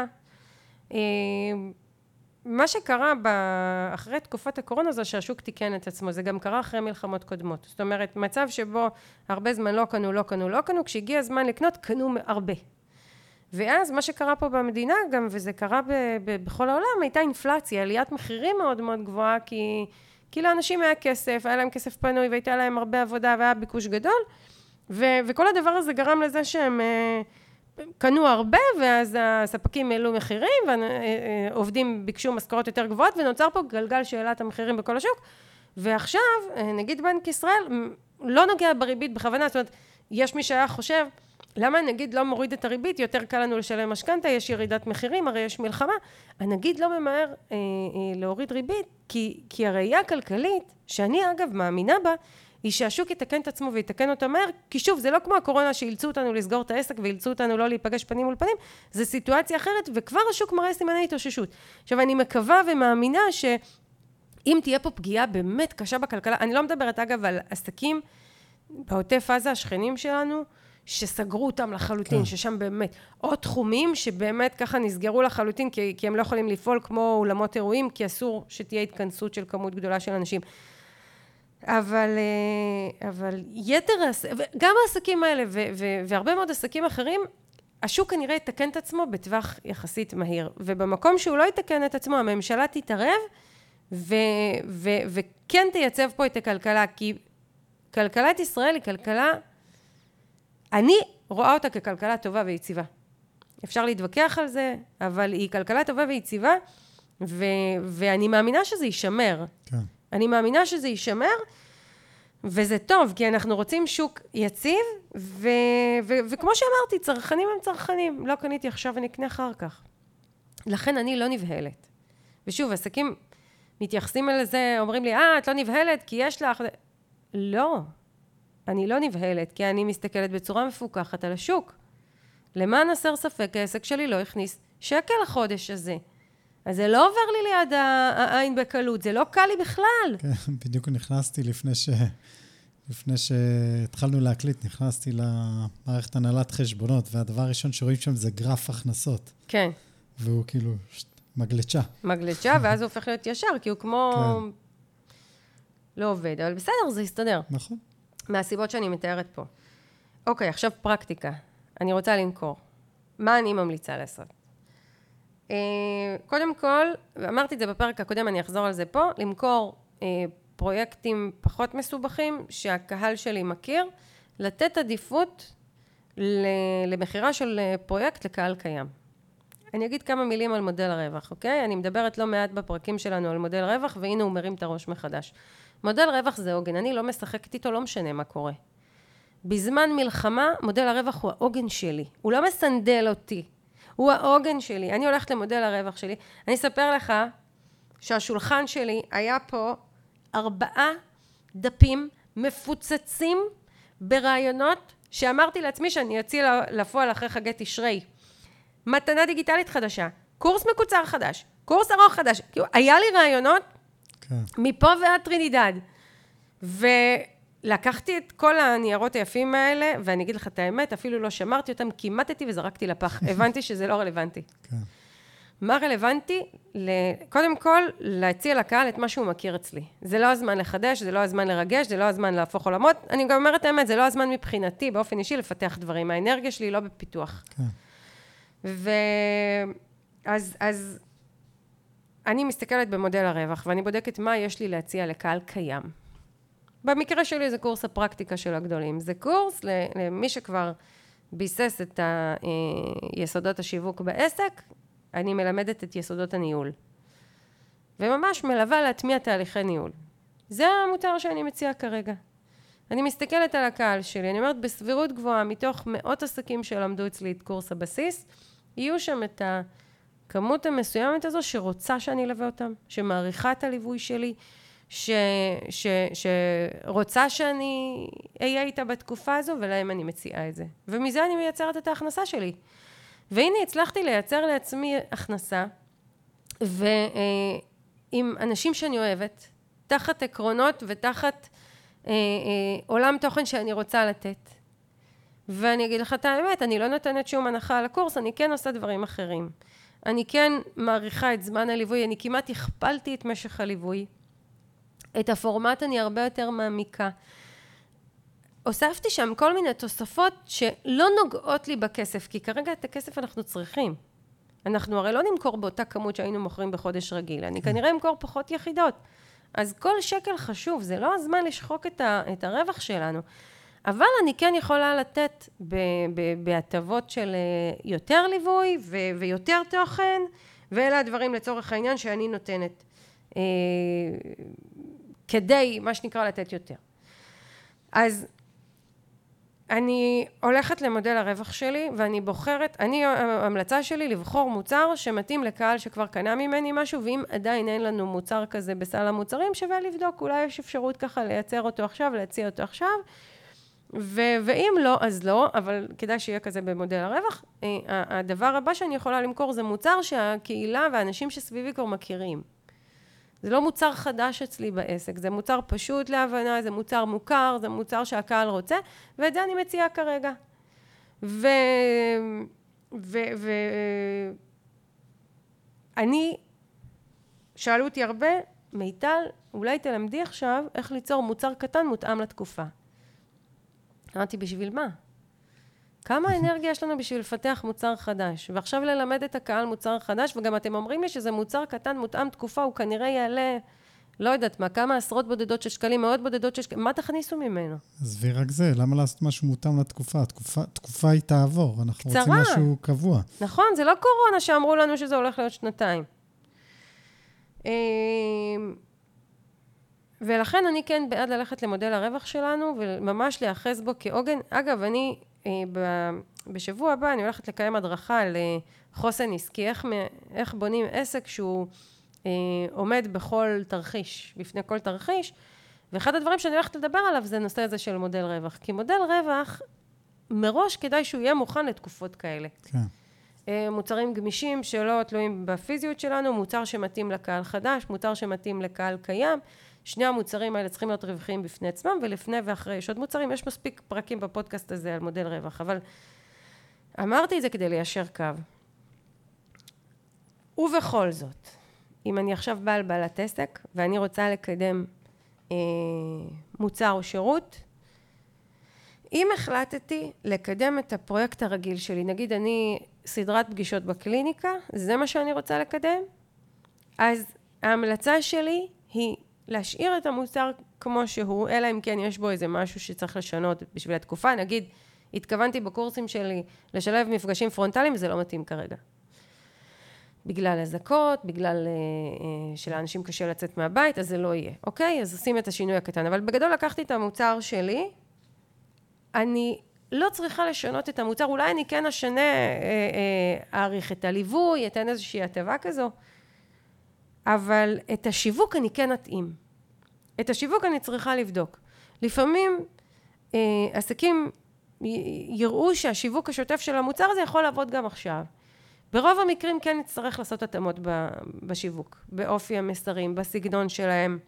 מה שקרה אחרי תקופת הקורונה זה שהשוק תיקן את עצמו. זה גם קרה אחרי מלחמות קודמות. זאת אומרת, מצב שבו הרבה זמן לא קנו, לא קנו, לא קנו, כשהגיע הזמן לקנות, קנו הרבה. ואז מה שקרה פה במדינה גם, וזה קרה ב- ב- בכל העולם, הייתה אינפלציה, עליית מחירים מאוד מאוד גבוהה, כי, כי לאנשים היה כסף, היה להם כסף פנוי, והייתה להם הרבה עבודה, והיה ביקוש גדול, ו- וכל הדבר הזה גרם לזה שהם uh, קנו הרבה, ואז הספקים העלו מחירים, ועובדים ביקשו משכורות יותר גבוהות, ונוצר פה גלגל שאלת המחירים בכל השוק, ועכשיו, נגיד בנק ישראל, לא נוגע בריבית בכוונה, זאת אומרת, יש מי שהיה חושב, למה הנגיד לא מוריד את הריבית? יותר קל לנו לשלם משכנתא, יש ירידת מחירים, הרי יש מלחמה. הנגיד לא ממהר אה, אה, להוריד ריבית, כי, כי הראייה הכלכלית, שאני אגב מאמינה בה, היא שהשוק יתקן את עצמו ויתקן אותה מהר, כי שוב, זה לא כמו הקורונה שאילצו אותנו לסגור את העסק, ואילצו אותנו לא להיפגש פנים מול פנים, זה סיטואציה אחרת, וכבר השוק מראה סימני התאוששות. עכשיו, אני מקווה ומאמינה שאם תהיה פה פגיעה באמת קשה בכלכלה, אני לא מדברת אגב על עסקים, בעוטף עזה, השכנים שלנו, שסגרו אותם לחלוטין, כן. ששם באמת, או תחומים שבאמת ככה נסגרו לחלוטין, כי, כי הם לא יכולים לפעול כמו אולמות אירועים, כי אסור שתהיה התכנסות של כמות גדולה של אנשים. אבל, אבל יתר, גם העסקים האלה ו- ו- והרבה מאוד עסקים אחרים, השוק כנראה יתקן את עצמו בטווח יחסית מהיר. ובמקום שהוא לא יתקן את עצמו, הממשלה תתערב ו- ו- וכן תייצב פה את הכלכלה, כי כלכלת ישראל היא כלכלה, אני רואה אותה ככלכלה טובה ויציבה. אפשר להתווכח על זה, אבל היא כלכלה טובה ויציבה, ו- ואני מאמינה שזה יישמר. כן. אני מאמינה שזה יישמר, וזה טוב, כי אנחנו רוצים שוק יציב, ו- ו- וכמו שאמרתי, צרכנים הם צרכנים. לא קניתי עכשיו, אני אקנה אחר כך. לכן אני לא נבהלת. ושוב, עסקים מתייחסים אל זה, אומרים לי, אה, את לא נבהלת, כי יש לך... לא, אני לא נבהלת, כי אני מסתכלת בצורה מפוקחת על השוק. למען הסר ספק, העסק שלי לא הכניס שקל לחודש הזה. אז זה לא עובר לי ליד העין בקלות, זה לא קל לי בכלל. כן, בדיוק נכנסתי לפני ש... לפני שהתחלנו להקליט, נכנסתי למערכת הנהלת חשבונות, והדבר הראשון שרואים שם זה גרף הכנסות. כן. והוא כאילו מגלצ'ה. מגלצ'ה, ואז הוא הופך להיות ישר, כי הוא כמו... כן. לא עובד, אבל בסדר, זה יסתדר. נכון. מהסיבות שאני מתארת פה. אוקיי, עכשיו פרקטיקה. אני רוצה למכור. מה אני ממליצה לעשות? קודם כל, ואמרתי את זה בפרק הקודם, אני אחזור על זה פה, למכור פרויקטים פחות מסובכים, שהקהל שלי מכיר, לתת עדיפות למחירה של פרויקט לקהל קיים. אני אגיד כמה מילים על מודל הרווח, אוקיי? אני מדברת לא מעט בפרקים שלנו על מודל רווח, והנה הוא מרים את הראש מחדש. מודל רווח זה עוגן, אני לא משחקת איתו, לא משנה מה קורה. בזמן מלחמה, מודל הרווח הוא העוגן שלי. הוא לא מסנדל אותי. הוא העוגן שלי. אני הולכת למודל הרווח שלי. אני אספר לך שהשולחן שלי היה פה ארבעה דפים מפוצצים ברעיונות שאמרתי לעצמי שאני אציע לפועל אחרי חגי תשרי. מתנה דיגיטלית חדשה, קורס מקוצר חדש, קורס ארוך חדש. היה לי רעיונות כן. מפה ועד טרינידד. ולקחתי את כל הניירות היפים האלה, ואני אגיד לך את האמת, אפילו לא שמרתי אותם, כימטתי וזרקתי לפח. הבנתי שזה לא רלוונטי. כן. מה רלוונטי? קודם כל, להציע לקהל את מה שהוא מכיר אצלי. זה לא הזמן לחדש, זה לא הזמן לרגש, זה לא הזמן להפוך עולמות. אני גם אומרת האמת, זה לא הזמן מבחינתי, באופן אישי, לפתח דברים. האנרגיה שלי לא בפיתוח. כן. ואז, אז אני מסתכלת במודל הרווח, ואני בודקת מה יש לי להציע לקהל קיים. במקרה שלי זה קורס הפרקטיקה של הגדולים. זה קורס למי שכבר ביסס את יסודות השיווק בעסק, אני מלמדת את יסודות הניהול. וממש מלווה להטמיע תהליכי ניהול. זה המוצר שאני מציעה כרגע. אני מסתכלת על הקהל שלי, אני אומרת בסבירות גבוהה, מתוך מאות עסקים שלמדו אצלי את קורס הבסיס, יהיו שם את הכמות המסוימת הזו שרוצה שאני אלווה אותם, שמעריכה את הליווי שלי, ש, ש, שרוצה שאני אהיה איתה בתקופה הזו, ולהם אני מציעה את זה. ומזה אני מייצרת את ההכנסה שלי. והנה הצלחתי לייצר לעצמי הכנסה, ועם אנשים שאני אוהבת, תחת עקרונות ותחת אה, אה, עולם תוכן שאני רוצה לתת. ואני אגיד לך את האמת, אני לא נותנת שום הנחה על הקורס, אני כן עושה דברים אחרים. אני כן מעריכה את זמן הליווי, אני כמעט הכפלתי את משך הליווי. את הפורמט אני הרבה יותר מעמיקה. הוספתי שם כל מיני תוספות שלא נוגעות לי בכסף, כי כרגע את הכסף אנחנו צריכים. אנחנו הרי לא נמכור באותה כמות שהיינו מוכרים בחודש רגיל, אני כנראה אמכור פחות יחידות. אז כל שקל חשוב, זה לא הזמן לשחוק את, ה, את הרווח שלנו. אבל אני כן יכולה לתת בהטבות של יותר ליווי ו, ויותר תוכן, ואלה הדברים לצורך העניין שאני נותנת, אה, כדי, מה שנקרא, לתת יותר. אז אני הולכת למודל הרווח שלי, ואני בוחרת, אני, ההמלצה שלי לבחור מוצר שמתאים לקהל שכבר קנה ממני משהו, ואם עדיין אין לנו מוצר כזה בסל המוצרים, שווה לבדוק, אולי יש אפשרות ככה לייצר אותו עכשיו, להציע אותו עכשיו, ו- ואם לא, אז לא, אבל כדאי שיהיה כזה במודל הרווח. הדבר הבא שאני יכולה למכור זה מוצר שהקהילה והאנשים שסביבי כבר מכירים. זה לא מוצר חדש אצלי בעסק, זה מוצר פשוט להבנה, זה מוצר מוכר, זה מוצר שהקהל רוצה, ואת זה אני מציעה כרגע. ו... ו... ו... אני, שאלו אותי הרבה, מיטל, אולי תלמדי עכשיו איך ליצור מוצר קטן מותאם לתקופה. אמרתי, בשביל מה? כמה אנרגיה יש לנו בשביל לפתח מוצר חדש? ועכשיו ללמד את הקהל מוצר חדש, וגם אתם אומרים לי שזה מוצר קטן מותאם תקופה, הוא כנראה יעלה, לא יודעת מה, כמה עשרות בודדות של שקלים, מאות בודדות של שקלים, מה תכניסו ממנו? עזבי רק זה, למה לעשות משהו מותאם לתקופה? התקופה, תקופה היא תעבור, אנחנו קצרה. רוצים משהו קבוע. נכון, זה לא קורונה שאמרו לנו שזה הולך להיות שנתיים. ולכן אני כן בעד ללכת למודל הרווח שלנו, וממש להיאחז בו כעוגן. אגב, אני בשבוע הבא, אני הולכת לקיים הדרכה על חוסן עסקי, איך, איך בונים עסק שהוא עומד בכל תרחיש, בפני כל תרחיש, ואחד הדברים שאני הולכת לדבר עליו זה הנושא הזה של מודל רווח. כי מודל רווח, מראש כדאי שהוא יהיה מוכן לתקופות כאלה. כן. מוצרים גמישים שלא תלויים בפיזיות שלנו, מוצר שמתאים לקהל חדש, מוצר שמתאים לקהל קיים. שני המוצרים האלה צריכים להיות רווחיים בפני עצמם, ולפני ואחרי יש עוד מוצרים. יש מספיק פרקים בפודקאסט הזה על מודל רווח, אבל אמרתי את זה כדי ליישר קו. ובכל זאת, אם אני עכשיו בעל בעלת עסק, ואני רוצה לקדם אה, מוצר או שירות, אם החלטתי לקדם את הפרויקט הרגיל שלי, נגיד אני סדרת פגישות בקליניקה, זה מה שאני רוצה לקדם, אז ההמלצה שלי היא להשאיר את המוצר כמו שהוא, אלא אם כן יש בו איזה משהו שצריך לשנות בשביל התקופה. נגיד, התכוונתי בקורסים שלי לשלב מפגשים פרונטליים, זה לא מתאים כרגע. בגלל הזקות, בגלל uh, שלאנשים קשה לצאת מהבית, אז זה לא יהיה. אוקיי? אז עושים את השינוי הקטן. אבל בגדול לקחתי את המוצר שלי, אני לא צריכה לשנות את המוצר, אולי אני כן אשנה, אעריך את הליווי, אתן איזושהי הטבה כזו, אבל את השיווק אני כן אתאים. את השיווק אני צריכה לבדוק. לפעמים אה, עסקים יראו שהשיווק השוטף של המוצר הזה יכול לעבוד גם עכשיו. ברוב המקרים כן נצטרך לעשות התאמות בשיווק, באופי המסרים, בסגנון שלהם.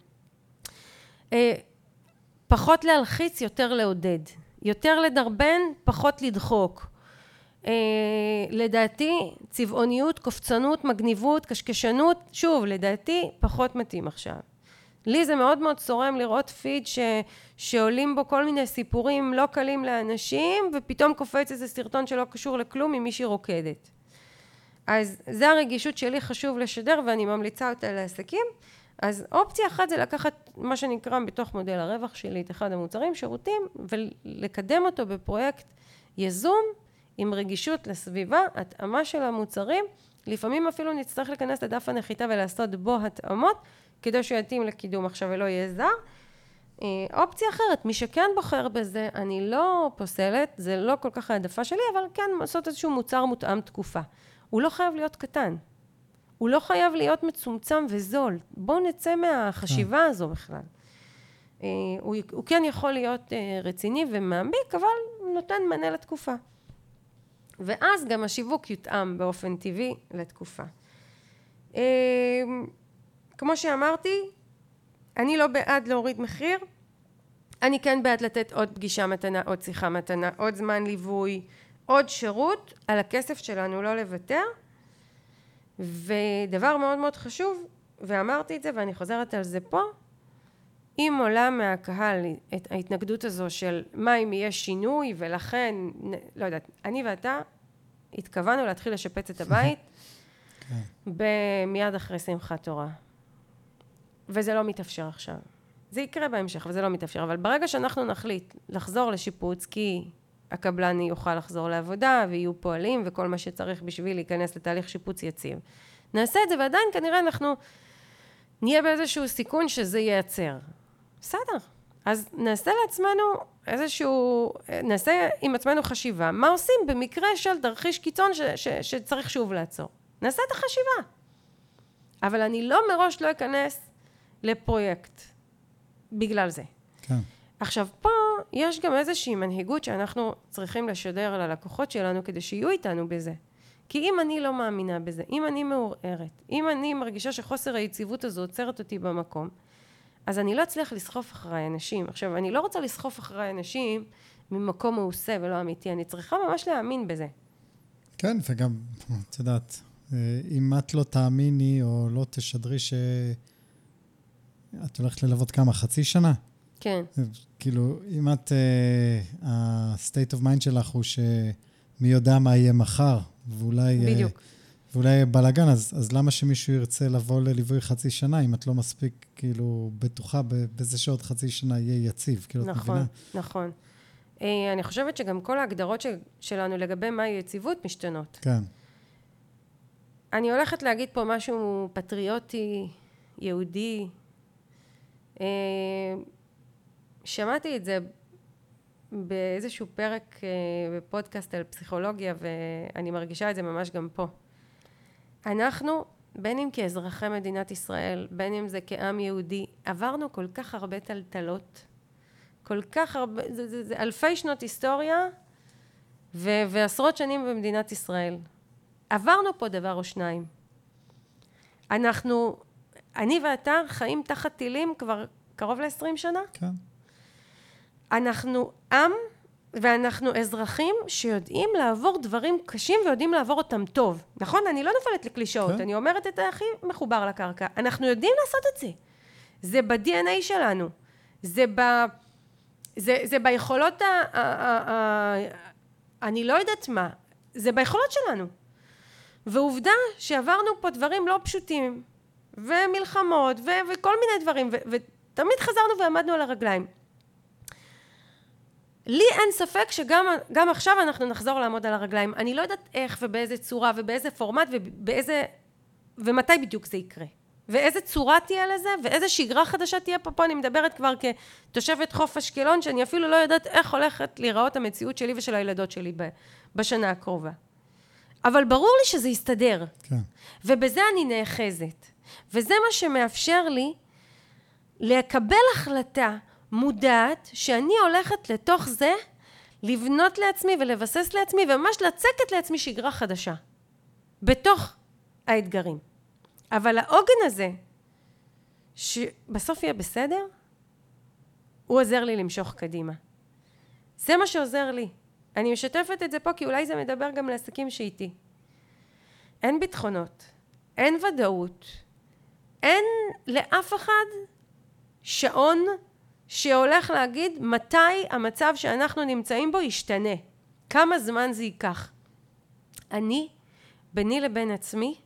אה, פחות להלחיץ, יותר לעודד. יותר לדרבן, פחות לדחוק. אה, לדעתי, צבעוניות, קופצנות, מגניבות, קשקשנות, שוב, לדעתי, פחות מתאים עכשיו. לי זה מאוד מאוד צורם לראות פיד ש, שעולים בו כל מיני סיפורים לא קלים לאנשים, ופתאום קופץ איזה סרטון שלא קשור לכלום עם מישהי רוקדת. אז זה הרגישות שלי חשוב לשדר, ואני ממליצה אותה לעסקים. אז אופציה אחת זה לקחת מה שנקרא בתוך מודל הרווח שלי את אחד המוצרים, שירותים, ולקדם אותו בפרויקט יזום עם רגישות לסביבה, התאמה של המוצרים. לפעמים אפילו נצטרך להיכנס לדף הנחיתה ולעשות בו התאמות, כדי שיתאים לקידום עכשיו ולא יהיה זר. אופציה אחרת, מי שכן בוחר בזה, אני לא פוסלת, זה לא כל כך העדפה שלי, אבל כן לעשות איזשהו מוצר מותאם תקופה. הוא לא חייב להיות קטן. הוא לא חייב להיות מצומצם וזול. בואו נצא מהחשיבה הזו בכלל. הוא, הוא כן יכול להיות רציני ומעמיק, אבל נותן מענה לתקופה. ואז גם השיווק יותאם באופן טבעי לתקופה. כמו שאמרתי, אני לא בעד להוריד מחיר, אני כן בעד לתת עוד פגישה מתנה, עוד שיחה מתנה, עוד זמן ליווי, עוד שירות, על הכסף שלנו לא לוותר. ודבר מאוד מאוד חשוב, ואמרתי את זה ואני חוזרת על זה פה, אם עולה מהקהל את ההתנגדות הזו של מה אם יהיה שינוי, ולכן, לא יודעת, אני ואתה התכוונו להתחיל לשפץ את הבית, מיד אחרי שמחת תורה. וזה לא מתאפשר עכשיו. זה יקרה בהמשך, וזה לא מתאפשר. אבל ברגע שאנחנו נחליט לחזור לשיפוץ, כי הקבלן יוכל לחזור לעבודה, ויהיו פועלים, וכל מה שצריך בשביל להיכנס לתהליך שיפוץ יציב. נעשה את זה, ועדיין כנראה אנחנו נהיה באיזשהו סיכון שזה ייעצר. בסדר. אז נעשה לעצמנו איזשהו, נעשה עם עצמנו חשיבה, מה עושים במקרה של תרחיש קיצון ש, ש, שצריך שוב לעצור. נעשה את החשיבה. אבל אני לא מראש לא אכנס לפרויקט בגלל זה. כן. עכשיו, פה יש גם איזושהי מנהיגות שאנחנו צריכים לשדר ללקוחות שלנו כדי שיהיו איתנו בזה. כי אם אני לא מאמינה בזה, אם אני מעורערת, אם אני מרגישה שחוסר היציבות הזו עוצרת אותי במקום, אז אני לא אצליח לסחוף אחרי אנשים. עכשיו, אני לא רוצה לסחוף אחרי אנשים ממקום מעושה ולא אמיתי. אני צריכה ממש להאמין בזה. כן, וגם, את יודעת, אם את לא תאמיני או לא תשדרי ש... את הולכת ללוות כמה? חצי שנה? כן. כאילו, אם את, ה-state of mind שלך הוא שמי יודע מה יהיה מחר, ואולי... בדיוק. ואולי בלגן, אז, אז למה שמישהו ירצה לבוא לליווי חצי שנה, אם את לא מספיק, כאילו, בטוחה בזה שעוד חצי שנה יהיה יציב, כאילו, את מבינה? נכון, נכון. אני חושבת שגם כל ההגדרות של, שלנו לגבי מהי יציבות משתנות. כן. אני הולכת להגיד פה משהו פטריוטי, יהודי. שמעתי את זה באיזשהו פרק בפודקאסט על פסיכולוגיה, ואני מרגישה את זה ממש גם פה. אנחנו, בין אם כאזרחי מדינת ישראל, בין אם זה כעם יהודי, עברנו כל כך הרבה טלטלות, כל כך הרבה, זה, זה, זה אלפי שנות היסטוריה, ו, ועשרות שנים במדינת ישראל. עברנו פה דבר או שניים. אנחנו, אני ואתה חיים תחת טילים כבר קרוב ל-עשרים שנה. כן. אנחנו עם ואנחנו אזרחים שיודעים לעבור דברים קשים ויודעים לעבור אותם טוב. נכון? אני לא נופלת לקלישאות, כן. אני אומרת את הכי מחובר לקרקע. אנחנו יודעים לעשות את זה. זה ב-די אן איי שלנו. זה ב... זה, זה ביכולות ה... ה, ה, ה אני לא יודעת מה. זה ביכולות שלנו. ועובדה שעברנו פה דברים לא פשוטים, ומלחמות, ו, וכל מיני דברים, ו, ותמיד חזרנו ועמדנו על הרגליים. לי אין ספק שגם גם עכשיו אנחנו נחזור לעמוד על הרגליים. אני לא יודעת איך ובאיזה צורה ובאיזה פורמט ובאיזה, ומתי בדיוק זה יקרה. ואיזה צורה תהיה לזה, ואיזה שגרה חדשה תהיה פה. פה אני מדברת כבר כתושבת חוף אשקלון, שאני אפילו לא יודעת איך הולכת להיראות המציאות שלי ושל הילדות שלי בשנה הקרובה. אבל ברור לי שזה יסתדר. כן. ובזה אני נאחזת. וזה מה שמאפשר לי לקבל החלטה מודעת שאני הולכת לתוך זה, לבנות לעצמי ולבסס לעצמי, וממש לצקת לעצמי שגרה חדשה. בתוך האתגרים. אבל העוגן הזה, שבסוף יהיה בסדר, הוא עוזר לי למשוך קדימה. זה מה שעוזר לי. אני משתפת את זה פה, כי אולי זה מדבר גם לעסקים שאיתי. אין ביטחונות, אין ודאות, אין לאף אחד שעון שהולך להגיד מתי המצב שאנחנו נמצאים בו ישתנה. כמה זמן זה ייקח. אני, ביני לבין עצמי,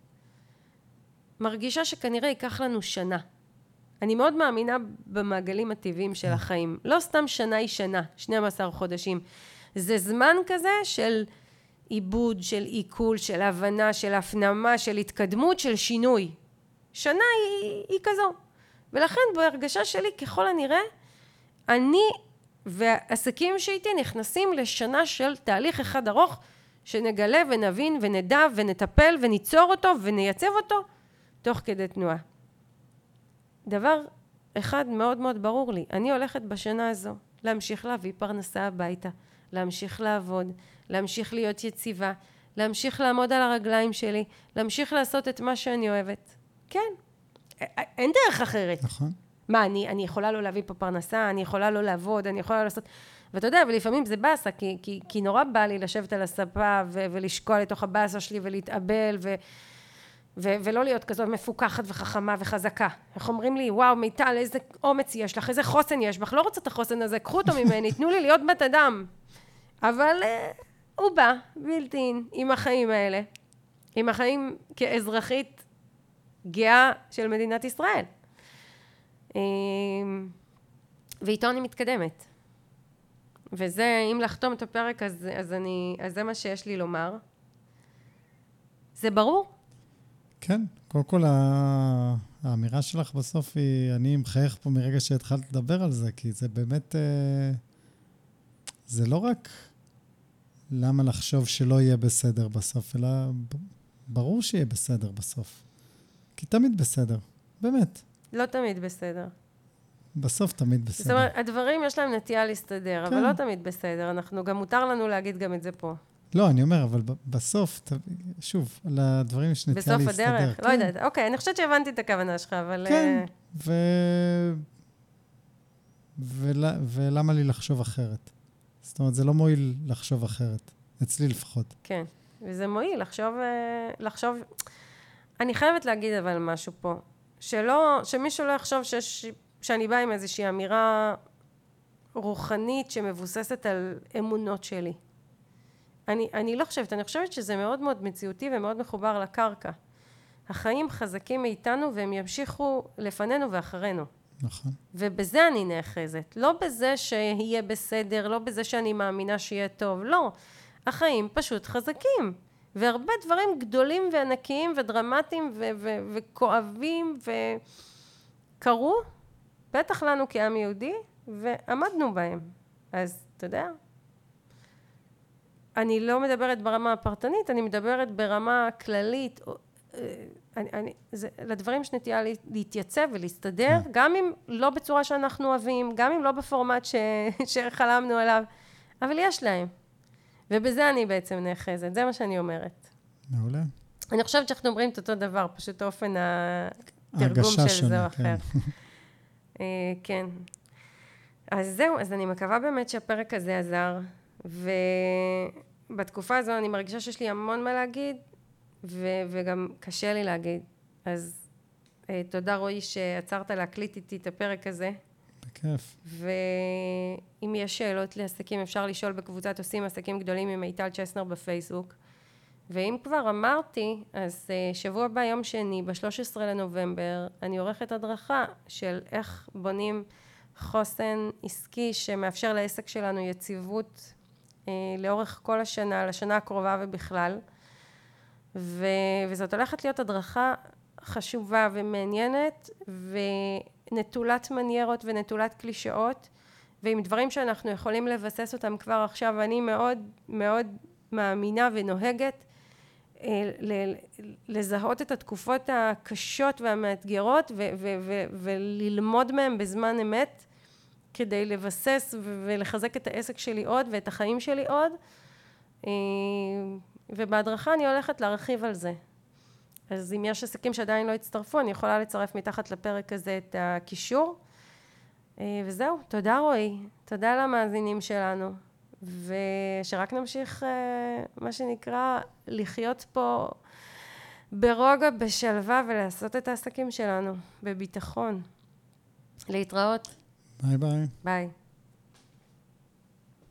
מרגישה שכנראה ייקח לנו שנה. אני מאוד מאמינה במעגלים הטבעיים של החיים. לא סתם שנה היא שנה, שנים עשר חודשים. זה זמן כזה של עיבוד, של עיכול, של הבנה, של הפנמה, של התקדמות, של שינוי. שנה היא, היא כזו. ולכן בהרגשה שלי ככל הנראה, אני והעסקים שאיתי נכנסים לשנה של תהליך אחד ארוך, שנגלה ונבין ונדע ונטפל וניצור אותו ונייצב אותו, תוך כדי תנועה. דבר אחד מאוד מאוד ברור לי, אני הולכת בשנה הזו להמשיך להביא פרנסה הביתה, להמשיך לעבוד, להמשיך להיות יציבה, להמשיך לעמוד על הרגליים שלי, להמשיך לעשות את מה שאני אוהבת. כן, אין דרך אחרת. נכון. מה, אני, אני יכולה לא להביא פה פרנסה, אני יכולה לא לעבוד, אני יכולה לעשות... ואתה יודע, ולפעמים זה בסה, כי, כי, כי נורא בא לי לשבת על הספה ו- ולשקוע לתוך הבאסה שלי ולהתאבל ו... ו- ולא להיות כזאת מפוקחת וחכמה וחזקה. איך אומרים לי, וואו, מיטל, איזה אומץ יש לך, איזה חוסן יש בך, לא רוצה את החוסן הזה, קחו אותו ממני, תנו לי להיות בת אדם. אבל uh, הוא בא, בלתי, עם החיים האלה, עם החיים כאזרחית גאה של מדינת ישראל. ואיתו אני מתקדמת. וזה, אם לחתום את הפרק, אז, אז, אני, אז זה מה שיש לי לומר. זה ברור? כן, קודם כל האמירה שלך בסוף היא, אני מחייך פה מרגע שהתחלת לדבר על זה, כי זה באמת, זה לא רק למה לחשוב שלא יהיה בסדר בסוף, אלא ברור שיהיה בסדר בסוף. כי תמיד בסדר, באמת. לא תמיד בסדר. בסוף תמיד בסדר. זאת אומרת, הדברים יש להם נטייה להסתדר, כן. אבל לא תמיד בסדר. אנחנו גם מותר לנו להגיד גם את זה פה. לא, אני אומר, אבל בסוף, שוב, על הדברים יש נטייה בסוף להסתדר. בסוף הדרך? כן. לא יודעת. אוקיי, אני חושבת שהבנתי את הכוונה שלך, אבל... כן, ו... ול... ולמה לי לחשוב אחרת? זאת אומרת, זה לא מועיל לחשוב אחרת. אצלי לפחות. כן, וזה מועיל לחשוב... לחשוב... אני חייבת להגיד אבל משהו פה. שלא, שמישהו לא יחשוב שיש, שאני באה עם איזושהי אמירה רוחנית שמבוססת על אמונות שלי. אני, אני לא חושבת, אני חושבת שזה מאוד מאוד מציאותי ומאוד מחובר לקרקע. החיים חזקים מאיתנו והם ימשיכו לפנינו ואחרינו. נכון. ובזה אני נאחזת. לא בזה שיהיה בסדר, לא בזה שאני מאמינה שיהיה טוב, לא. החיים פשוט חזקים. והרבה דברים גדולים וענקיים ודרמטיים ו- ו- וכואבים וקרו, בטח לנו כעם יהודי, ועמדנו בהם. אז אתה יודע, אני לא מדברת ברמה הפרטנית, אני מדברת ברמה כללית, אני, אני, זה, לדברים שנטייה לה, להתייצב ולהסתדר, כן. גם אם לא בצורה שאנחנו אוהבים, גם אם לא בפורמט ש, שחלמנו עליו, אבל יש להם. ובזה אני בעצם נאחזת, זה מה שאני אומרת. מעולה. אני חושבת שאנחנו אומרים את אותו דבר, פשוט אופן התרגום של שונה, זה או אחר. כן. כן. אז זהו, אז אני מקווה באמת שהפרק הזה עזר, ובתקופה הזו אני מרגישה שיש לי המון מה להגיד, ו- וגם קשה לי להגיד. אז אה, תודה רועי שעצרת להקליט איתי את הפרק הזה. בכיף. ואם יש שאלות לעסקים, אפשר לשאול בקבוצת עושים עסקים גדולים עם מיטל צ'סנר בפייסבוק. ואם כבר אמרתי, אז אה, שבוע הבא, יום שני, ב-שלושה עשר לנובמבר, אני עורכת הדרכה של איך בונים חוסן עסקי שמאפשר לעסק שלנו יציבות אה, לאורך כל השנה, לשנה הקרובה ובכלל. ו- וזאת הולכת להיות הדרכה חשובה ומעניינת ונטולת מניירות ונטולת קלישאות ועם דברים שאנחנו יכולים לבסס אותם כבר עכשיו. אני מאוד מאוד מאמינה ונוהגת אה, ל- לזהות את התקופות הקשות והמאתגרות ו- ו- ו- וללמוד מהם בזמן אמת כדי לבסס ו- ולחזק את העסק שלי עוד ואת החיים שלי עוד. אה, ובהדרכה אני הולכת להרחיב על זה. אז אם יש עסקים שעדיין לא הצטרפו, אני יכולה לצרף מתחת לפרק הזה את הקישור. וזהו, תודה רועי, תודה למאזינים שלנו, ושרק נמשיך, מה שנקרא, לחיות פה ברוגע, בשלווה, ולעשות את העסקים שלנו בביטחון. להתראות. ביי ביי. ביי.